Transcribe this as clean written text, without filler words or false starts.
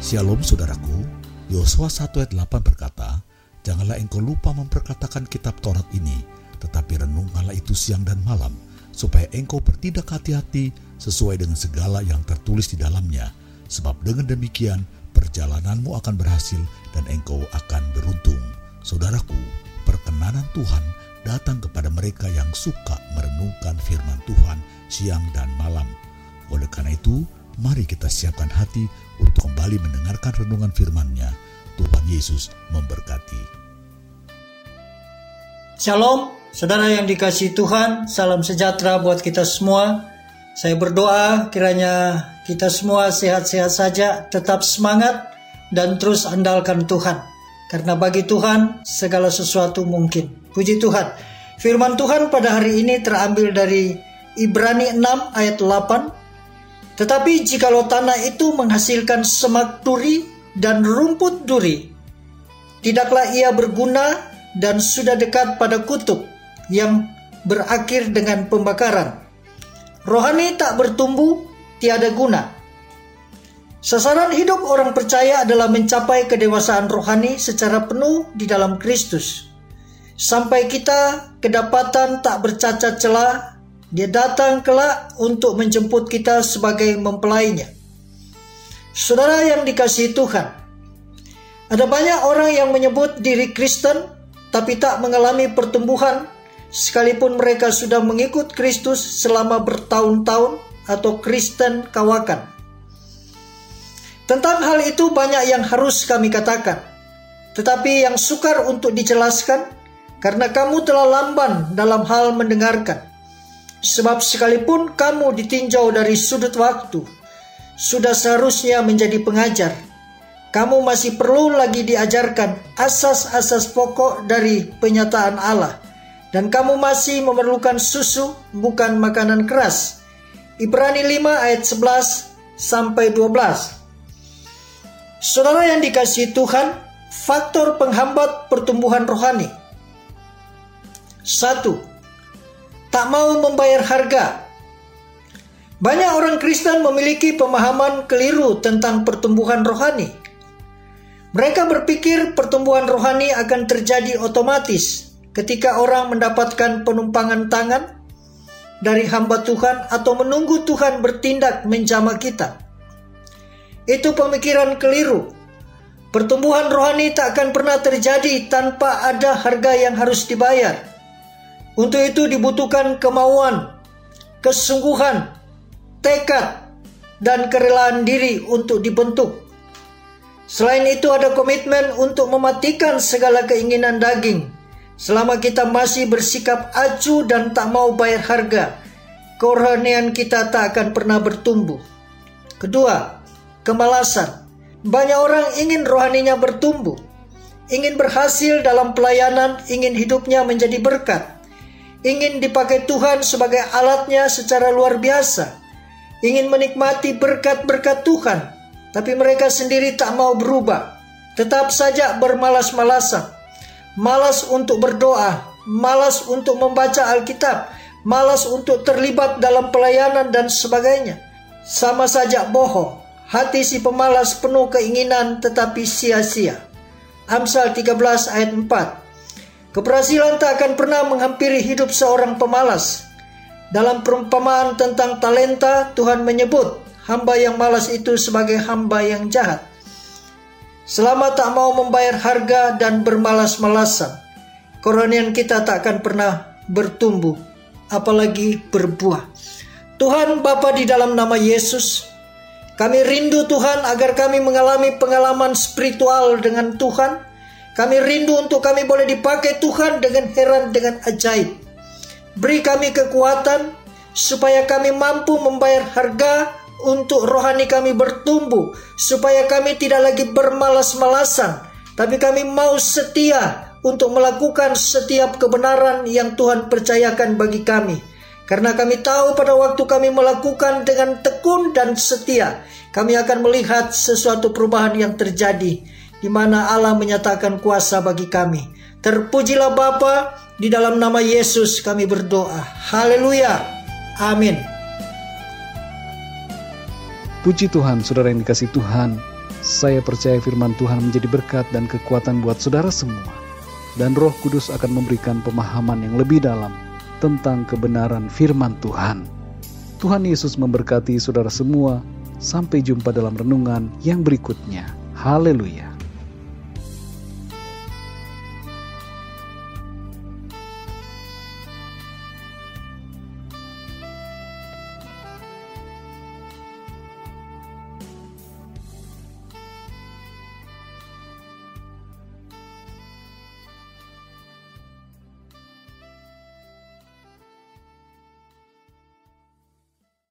Shalom saudaraku, Yosua 1 ayat 8 berkata, "Janganlah engkau lupa memperkatakan kitab Taurat ini, tetapi renungkanlah itu siang dan malam, supaya engkau bertindak hati-hati sesuai dengan segala yang tertulis di dalamnya. Sebab dengan demikian, perjalananmu akan berhasil dan engkau akan beruntung." Saudaraku, perkenanan Tuhan datang kepada mereka yang suka merenungkan firman Tuhan siang dan malam. Oleh karena itu, mari kita siapkan hati untuk kembali mendengarkan renungan firman-Nya. Tuhan Yesus memberkati. Shalom, saudara yang dikasihi Tuhan, salam sejahtera buat kita semua. Saya berdoa kiranya kita semua sehat-sehat saja, tetap semangat, dan terus andalkan Tuhan. Karena bagi Tuhan segala sesuatu mungkin. Puji Tuhan. Firman Tuhan pada hari ini terambil dari Ibrani 6 ayat 8. "Tetapi jikalau tanah itu menghasilkan semak duri dan rumput duri, tidaklah ia berguna dan sudah dekat pada kutub yang berakhir dengan pembakaran. Rohani tak bertumbuh, tiada guna." Sasaran hidup orang percaya adalah mencapai kedewasaan rohani secara penuh di dalam Kristus. Sampai kita kedapatan tak bercacat celah, Dia datang kelak untuk menjemput kita sebagai mempelainya. Saudara yang dikasihi Tuhan, ada banyak orang yang menyebut diri Kristen tapi tak mengalami pertumbuhan sekalipun mereka sudah mengikut Kristus selama bertahun-tahun atau Kristen kawakan. Tentang hal itu banyak yang harus kami katakan, tetapi yang sukar untuk dijelaskan karena kamu telah lamban dalam hal mendengarkan. Sebab sekalipun kamu ditinjau dari sudut waktu, sudah seharusnya menjadi pengajar. Kamu masih perlu lagi diajarkan asas-asas pokok dari penyataan Allah. Dan kamu masih memerlukan susu, bukan makanan keras. Ibrani 5 ayat 11 sampai 12. Saudara yang dikasihi Tuhan, faktor penghambat pertumbuhan rohani. 1. Tak mau membayar harga. Banyak orang Kristen memiliki pemahaman keliru tentang pertumbuhan rohani. Mereka berpikir pertumbuhan rohani akan terjadi otomatis ketika orang mendapatkan penumpangan tangan dari hamba Tuhan atau menunggu Tuhan bertindak menjamah kita. Itu pemikiran keliru. Pertumbuhan rohani tak akan pernah terjadi tanpa ada harga yang harus dibayar. Untuk itu dibutuhkan kemauan, kesungguhan, tekad, dan kerelaan diri untuk dibentuk. Selain itu ada komitmen untuk mematikan segala keinginan daging. Selama kita masih bersikap acuh dan tak mau bayar harga, kerohanian kita tak akan pernah bertumbuh. Kedua, kemalasan. Banyak orang ingin rohaninya bertumbuh, ingin berhasil dalam pelayanan, ingin hidupnya menjadi berkat. Ingin dipakai Tuhan sebagai alatnya secara luar biasa. Ingin menikmati berkat-berkat Tuhan. Tapi mereka sendiri tak mau berubah. Tetap saja bermalas-malasan. Malas untuk berdoa. Malas untuk membaca Alkitab. Malas untuk terlibat dalam pelayanan dan sebagainya. Sama saja bohong. Hati si pemalas penuh keinginan tetapi sia-sia. Amsal 13 ayat 4. Keberhasilan tak akan pernah menghampiri hidup seorang pemalas. Dalam perumpamaan tentang talenta, Tuhan menyebut hamba yang malas itu sebagai hamba yang jahat. Selama tak mau membayar harga dan bermalas-malasan, kerohanian kita tak akan pernah bertumbuh, apalagi berbuah. Tuhan Bapa, di dalam nama Yesus, kami rindu Tuhan agar kami mengalami pengalaman spiritual dengan Tuhan. Kami rindu untuk kami boleh dipakai Tuhan dengan heran, dengan ajaib. Beri kami kekuatan supaya kami mampu membayar harga untuk rohani kami bertumbuh. Supaya kami tidak lagi bermalas-malasan, tapi kami mau setia untuk melakukan setiap kebenaran yang Tuhan percayakan bagi kami. Karena kami tahu pada waktu kami melakukan dengan tekun dan setia, kami akan melihat sesuatu perubahan yang terjadi, di mana Allah menyatakan kuasa bagi kami. Terpujilah Bapa, di dalam nama Yesus kami berdoa. Haleluya. Amin. Puji Tuhan, saudara yang dikasihi Tuhan. Saya percaya firman Tuhan menjadi berkat dan kekuatan buat saudara semua. Dan Roh Kudus akan memberikan pemahaman yang lebih dalam tentang kebenaran firman Tuhan. Tuhan Yesus memberkati saudara semua. Sampai jumpa dalam renungan yang berikutnya. Haleluya.